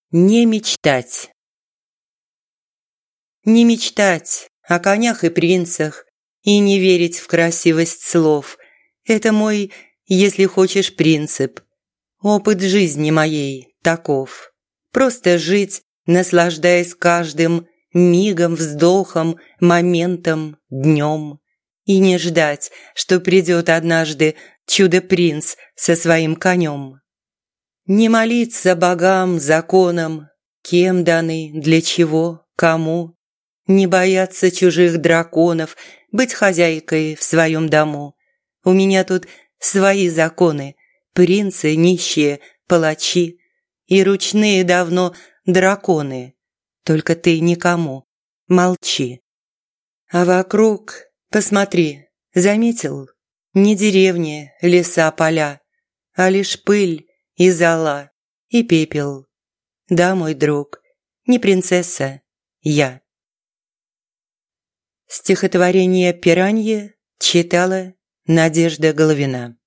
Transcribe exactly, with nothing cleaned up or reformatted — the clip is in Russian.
Не мечтать. Не мечтать о конях и принцах и не верить в красивость слов. Это мой, если хочешь, принцип. Опыт жизни моей таков. Просто жить, наслаждаясь каждым мигом, вздохом, моментом, днем. И не ждать, что придет однажды чудо-принц со своим конем. Не молиться богам, законам, кем даны, для чего, кому. Не бояться чужих драконов, быть хозяйкой в своем дому. У меня тут свои законы, принцы нищие, палачи и ручные давно драконы. Только ты никому молчи. А вокруг, посмотри, заметил? Не деревни, леса, поля, а лишь пыль и зола, и пепел. Да, мой друг, не принцесса, я. Стихотворение «Пиранье» читала Надежда Головина.